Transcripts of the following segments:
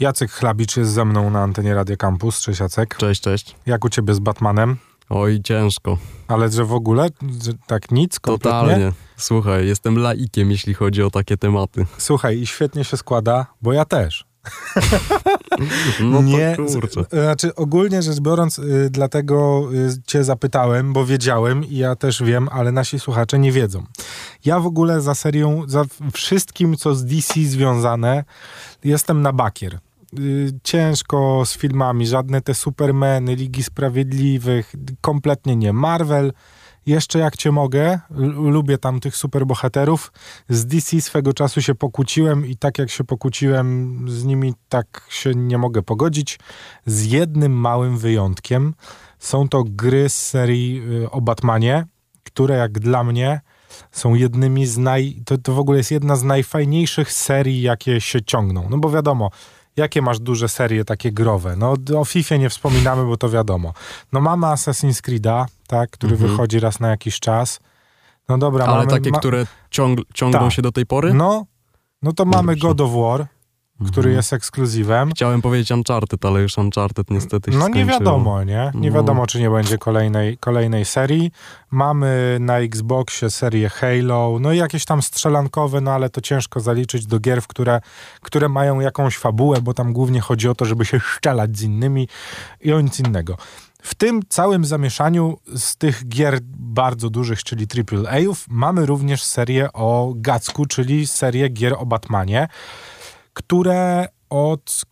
Jacek Chlabicz jest ze mną na antenie Radio Campus. Cześć Jacek. Cześć, cześć. Jak u ciebie z Batmanem? Oj, ciężko. Ale że w ogóle? Że tak nic? Kompletnie? Totalnie. Słuchaj, jestem laikiem, jeśli chodzi o takie tematy. Słuchaj, i świetnie się składa, bo ja też. No Nie, to kurczę. Znaczy ogólnie rzecz biorąc, dlatego cię zapytałem, bo wiedziałem i ja też wiem, ale nasi słuchacze nie wiedzą. Ja w ogóle za serią, za wszystkim, co z DC związane, jestem na bakier. Ciężko z filmami, żadne te Supermany, Ligi Sprawiedliwych, kompletnie nie. Marvel, jeszcze jak cię mogę, lubię tam tych superbohaterów. Z DC swego czasu się pokłóciłem i tak jak się pokłóciłem z nimi, tak się nie mogę pogodzić. Z jednym małym wyjątkiem. Są to gry z serii o Batmanie, które jak dla mnie są jednymi z to w ogóle jest jedna z najfajniejszych serii, jakie się ciągną. No bo wiadomo, jakie masz duże serie takie growe? No o FIFA nie wspominamy, bo to wiadomo. No mamy Assassin's Creed'a, tak, który wychodzi raz na jakiś czas. No dobra. Ale takie, które ciągną się do tej pory? No to mamy God of War, który jest ekskluzywem. Chciałem powiedzieć Uncharted, ale już Uncharted niestety się No skończyło. nie wiadomo, nie? Nie wiadomo, czy nie będzie kolejnej serii. Mamy na Xboxie serię Halo, no i jakieś tam strzelankowe, no ale to ciężko zaliczyć do gier, które mają jakąś fabułę, bo tam głównie chodzi o to, żeby się szczelać z innymi i o nic innego. W tym całym zamieszaniu z tych gier bardzo dużych, czyli AAA-ów, mamy również serię o Gacku, czyli serię gier o Batmanie, które od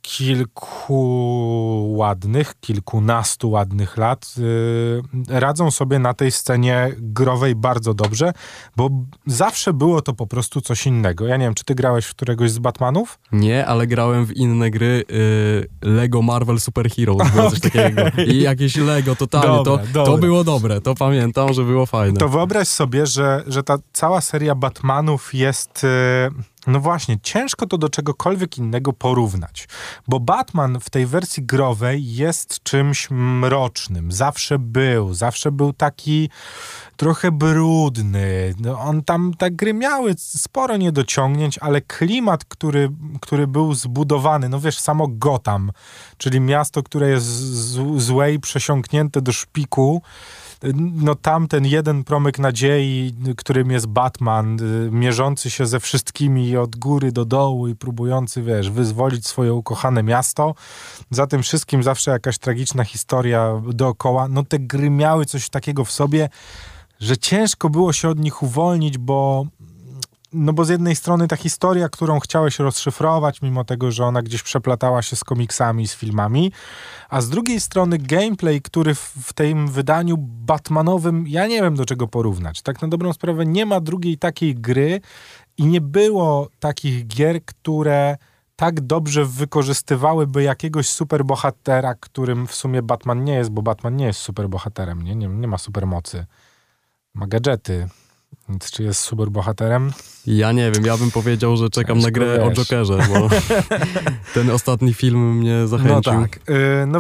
kilkunastu ładnych lat radzą sobie na tej scenie growej bardzo dobrze, bo zawsze było to po prostu coś innego. Ja nie wiem, czy ty grałeś w któregoś z Batmanów? Nie, ale grałem w inne gry Lego Marvel Super Heroes, było coś takiego. I jakieś Lego, totalnie. To było dobre, to pamiętam, że było fajne. To wyobraź sobie, że ta cała seria Batmanów jest... No właśnie, ciężko to do czegokolwiek innego porównać, bo Batman w tej wersji growej jest czymś mrocznym. Zawsze był taki trochę brudny. No, te gry miały sporo niedociągnięć, ale klimat, który był zbudowany, no wiesz, samo Gotham, czyli miasto, które jest złe i przesiąknięte do szpiku, no tam ten jeden promyk nadziei, którym jest Batman, mierzący się ze wszystkimi od góry do dołu i próbujący, wiesz, wyzwolić swoje ukochane miasto. Za tym wszystkim zawsze jakaś tragiczna historia dookoła. No te gry miały coś takiego w sobie, że ciężko było się od nich uwolnić, bo z jednej strony ta historia, którą chciałeś rozszyfrować, mimo tego, że ona gdzieś przeplatała się z komiksami, z filmami, a z drugiej strony gameplay, który w tym wydaniu Batmanowym, ja nie wiem do czego porównać. Tak na dobrą sprawę nie ma drugiej takiej gry i nie było takich gier, które tak dobrze wykorzystywałyby jakiegoś superbohatera, którym w sumie Batman nie jest, bo Batman nie jest superbohaterem, nie ma supermocy. Ma gadżety. Więc czy jest superbohaterem? Ja nie wiem, ja bym powiedział, że czekam na grę o Jokerze, bo ten ostatni film mnie zachęcił. No tak,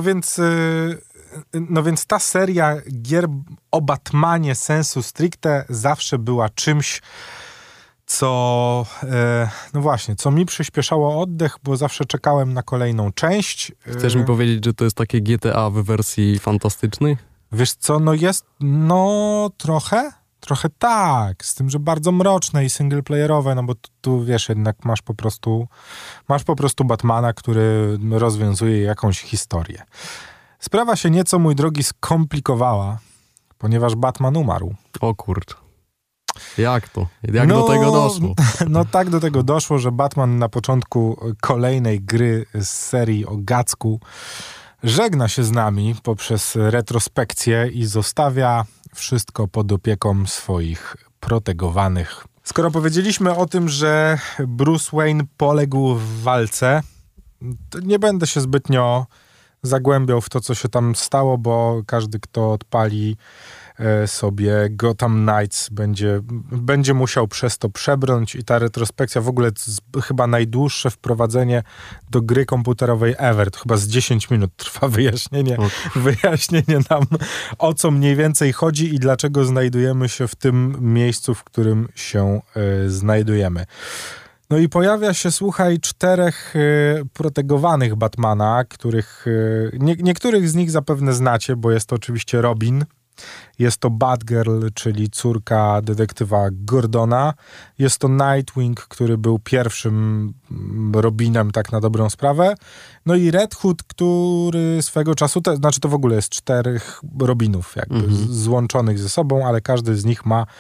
no więc ta seria gier o Batmanie sensu stricte zawsze była czymś, co mi przyspieszało oddech, bo zawsze czekałem na kolejną część. Chcesz mi powiedzieć, że to jest takie GTA w wersji fantastycznej? Wiesz co, trochę tak, z tym, że bardzo mroczne i singleplayerowe, no bo tu wiesz, jednak masz po prostu Batmana, który rozwiązuje jakąś historię. Sprawa się nieco, mój drogi, skomplikowała, ponieważ Batman umarł. O kurczę. Jak to? Do tego doszło? No tak do tego doszło, że Batman na początku kolejnej gry z serii o Gacku żegna się z nami poprzez retrospekcję i zostawia wszystko pod opieką swoich protegowanych. Skoro powiedzieliśmy o tym, że Bruce Wayne poległ w walce, to nie będę się zbytnio zagłębiał w to, co się tam stało, bo każdy, kto odpali sobie Gotham Knights będzie musiał przez to przebrnąć i ta retrospekcja w ogóle chyba najdłuższe wprowadzenie do gry komputerowej ever. To chyba z 10 minut trwa wyjaśnienie nam, o co mniej więcej chodzi i dlaczego znajdujemy się w tym miejscu, w którym się znajdujemy. No i pojawia się, słuchaj, 4 protegowanych Batmana, których niektórych z nich zapewne znacie, bo jest to oczywiście Robin, jest to Batgirl, czyli córka detektywa Gordona, jest to Nightwing, który był pierwszym Robinem, tak na dobrą sprawę, no i Red Hood, który swego czasu, to w ogóle jest 4 Robinów jakby złączonych ze sobą, ale każdy z nich ma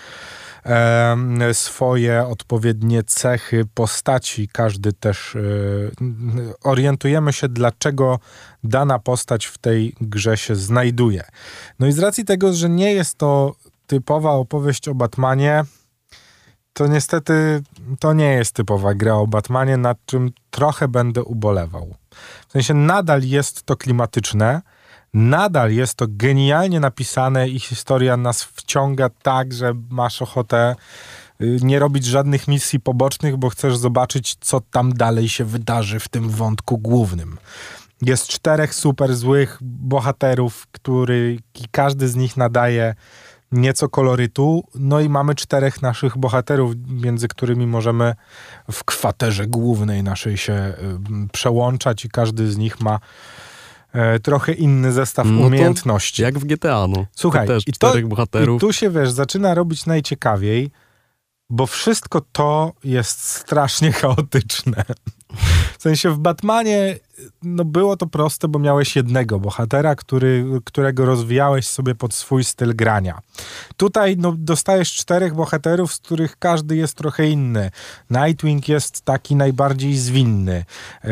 swoje odpowiednie cechy postaci. Każdy też orientujemy się, dlaczego dana postać w tej grze się znajduje. No i z racji tego, że nie jest to typowa opowieść o Batmanie, to niestety to nie jest typowa gra o Batmanie, nad czym trochę będę ubolewał. W sensie nadal jest to klimatyczne, nadal jest to genialnie napisane i historia nas wciąga tak, że masz ochotę nie robić żadnych misji pobocznych, bo chcesz zobaczyć, co tam dalej się wydarzy w tym wątku głównym. Jest 4 super złych bohaterów, i każdy z nich nadaje nieco kolorytu, no i mamy 4 naszych bohaterów, między którymi możemy w kwaterze głównej naszej się przełączać i każdy z nich ma trochę inny zestaw umiejętności. Jak w GTA, no. Słuchaj, też 4 bohaterów. I tu się, zaczyna robić najciekawiej, bo wszystko to jest strasznie chaotyczne. W sensie w Batmanie było to proste, bo miałeś jednego bohatera, którego rozwijałeś sobie pod swój styl grania. Tutaj dostajesz 4 bohaterów, z których każdy jest trochę inny. Nightwing jest taki najbardziej zwinny.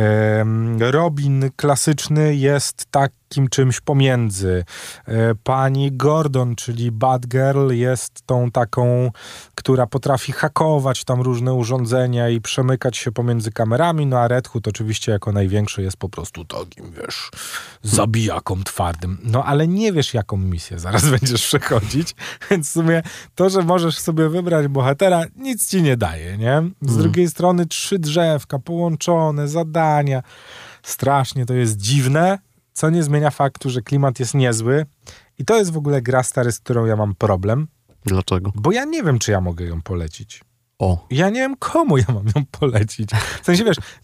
Robin klasyczny jest takim czymś pomiędzy. Pani Gordon, czyli Batgirl, jest tą taką, która potrafi hakować tam różne urządzenia i przemykać się pomiędzy kamerami, no a Red Hood oczywiście jako największy jest po prostu takim, zabijaką twardym. No ale nie wiesz, jaką misję zaraz będziesz przechodzić, więc w sumie to, że możesz sobie wybrać bohatera, nic ci nie daje, nie? Z drugiej strony 3 drzewka, połączone, zadania. Strasznie to jest dziwne, co nie zmienia faktu, że klimat jest niezły i to jest w ogóle gra, stary, z którą ja mam problem. Dlaczego? Bo ja nie wiem, czy ja mogę ją polecić. O. Ja nie wiem, komu ja mam ją polecić. W sensie,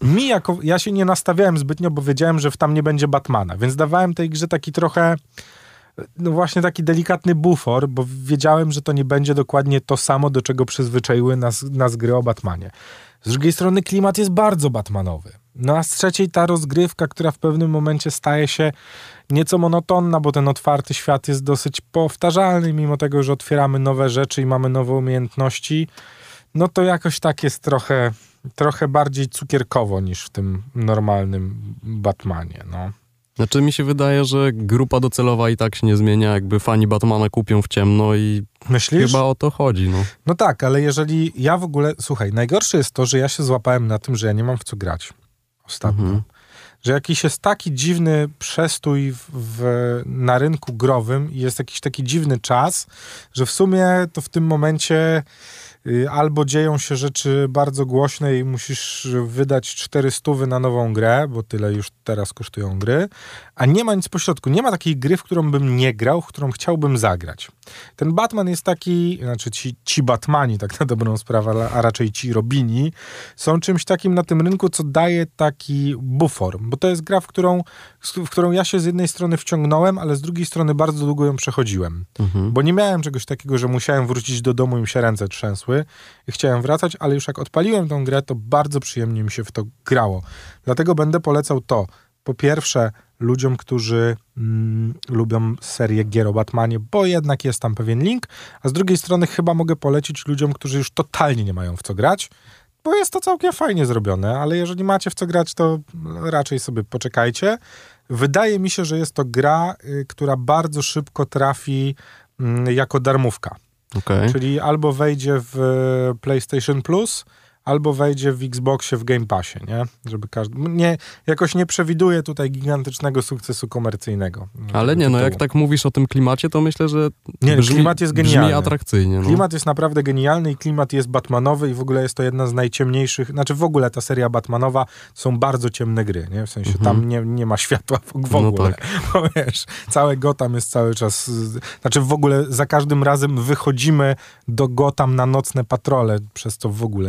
ja się nie nastawiałem zbytnio, bo wiedziałem, że tam nie będzie Batmana, więc dawałem tej grze taki trochę, właśnie taki delikatny bufor, bo wiedziałem, że to nie będzie dokładnie to samo, do czego przyzwyczaiły nas gry o Batmanie. Z drugiej strony klimat jest bardzo batmanowy. No a z trzeciej ta rozgrywka, która w pewnym momencie staje się nieco monotonna, bo ten otwarty świat jest dosyć powtarzalny, mimo tego, że otwieramy nowe rzeczy i mamy nowe umiejętności, no to jakoś tak jest trochę bardziej cukierkowo niż w tym normalnym Batmanie, no. Znaczy mi się wydaje, że grupa docelowa i tak się nie zmienia, jakby fani Batmana kupią w ciemno i myślisz? Chyba o to chodzi, no. No tak, ale jeżeli ja w ogóle, słuchaj, najgorsze jest to, że ja się złapałem na tym, że ja nie mam w co grać ostatnio. Że jakiś jest taki dziwny przestój na rynku growym i jest jakiś taki dziwny czas, że w sumie to w tym momencie albo dzieją się rzeczy bardzo głośne i musisz wydać 400 na nową grę, bo tyle już teraz kosztują gry, a nie ma nic pośrodku. Nie ma takiej gry, w którą bym nie grał, w którą chciałbym zagrać. Ten Batman jest taki, znaczy ci Batmani, tak na dobrą sprawę, a raczej ci Robini, są czymś takim na tym rynku, co daje taki bufor, bo to jest gra, w którą ja się z jednej strony wciągnąłem, ale z drugiej strony bardzo długo ją przechodziłem. Bo nie miałem czegoś takiego, że musiałem wrócić do domu i mi się ręce trzęsły i chciałem wracać, ale już jak odpaliłem tą grę, to bardzo przyjemnie mi się w to grało. Dlatego będę polecał to, po pierwsze, ludziom, którzy lubią serię gier o Batmanie, bo jednak jest tam pewien link, a z drugiej strony chyba mogę polecić ludziom, którzy już totalnie nie mają w co grać, bo jest to całkiem fajnie zrobione, ale jeżeli macie w co grać, to raczej sobie poczekajcie. Wydaje mi się, że jest to gra, która bardzo szybko trafi jako darmówka. Okay. Czyli albo wejdzie w PlayStation Plus, albo wejdzie w Xboxie w Game Passie, nie? Żeby jakoś nie przewiduje tutaj gigantycznego sukcesu komercyjnego. Ale nie, jak tak mówisz o tym klimacie, to myślę, że klimat jest genialny. Brzmi atrakcyjnie. No. Klimat jest naprawdę genialny i klimat jest batmanowy i w ogóle jest to jedna z najciemniejszych, znaczy w ogle ta seria batmanowa są bardzo ciemne gry, nie? W sensie tam nie ma światła w ogóle. No tak. Bo wiesz, całe Gotham jest cały czas, znaczy w ogóle za każdym razem wychodzimy do Gotham na nocne patrole, przez co w ogóle nie ma,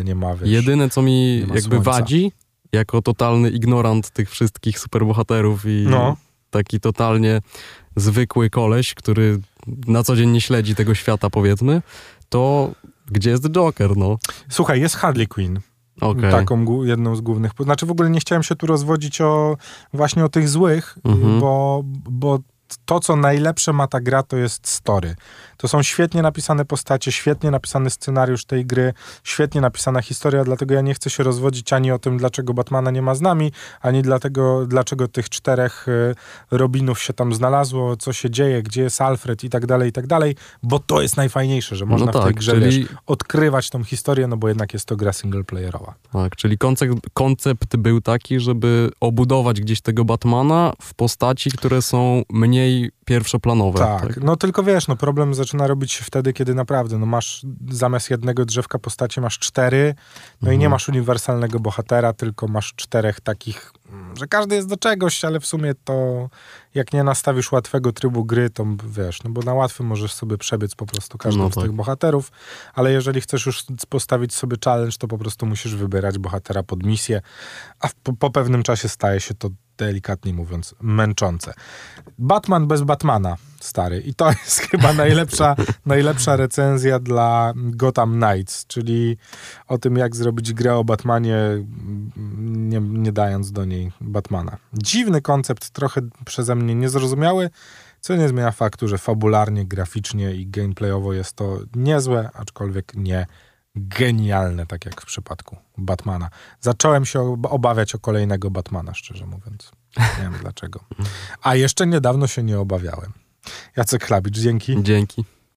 Jedyne, co mi jakby wadzi, jako totalny ignorant tych wszystkich superbohaterów i taki totalnie zwykły koleś, który na co dzień nie śledzi tego świata, powiedzmy, to gdzie jest Joker, no? Słuchaj, jest Harley Quinn. Okay. Taką jedną z głównych. Znaczy w ogóle nie chciałem się tu rozwodzić właśnie o tych złych, bo to, co najlepsze ma ta gra, to jest story. To są świetnie napisane postacie, świetnie napisany scenariusz tej gry, świetnie napisana historia, dlatego ja nie chcę się rozwodzić ani o tym, dlaczego Batmana nie ma z nami, ani dlaczego tych 4 Robinów się tam znalazło, co się dzieje, gdzie jest Alfred i tak dalej, bo to jest najfajniejsze, że można w tej grze odkrywać tą historię, no bo jednak jest to gra singleplayerowa. Tak, czyli koncept był taki, żeby obudować gdzieś tego Batmana w postaci, które są mniej pierwszoplanowe. Tak, no tylko wiesz, no problem zaczyna robić się wtedy, kiedy naprawdę, no masz zamiast jednego drzewka postaci masz 4, no i nie masz uniwersalnego bohatera, tylko masz 4 takich, że każdy jest do czegoś, ale w sumie to jak nie nastawisz łatwego trybu gry, to wiesz, no bo na łatwym możesz sobie przebiec po prostu każdą z tych bohaterów, ale jeżeli chcesz już postawić sobie challenge, to po prostu musisz wybierać bohatera pod misję, a po pewnym czasie staje się to delikatnie mówiąc, męczące. Batman bez Batmana, stary. I to jest chyba najlepsza recenzja dla Gotham Knights, czyli o tym, jak zrobić grę o Batmanie, nie dając do niej Batmana. Dziwny koncept, trochę przeze mnie niezrozumiały, co nie zmienia faktu, że fabularnie, graficznie i gameplayowo jest to niezłe, aczkolwiek nie genialne, tak jak w przypadku Batmana. Zacząłem się obawiać o kolejnego Batmana, szczerze mówiąc. Nie wiem dlaczego. A jeszcze niedawno się nie obawiałem. Jacek Chlabicz, dzięki. Dzięki.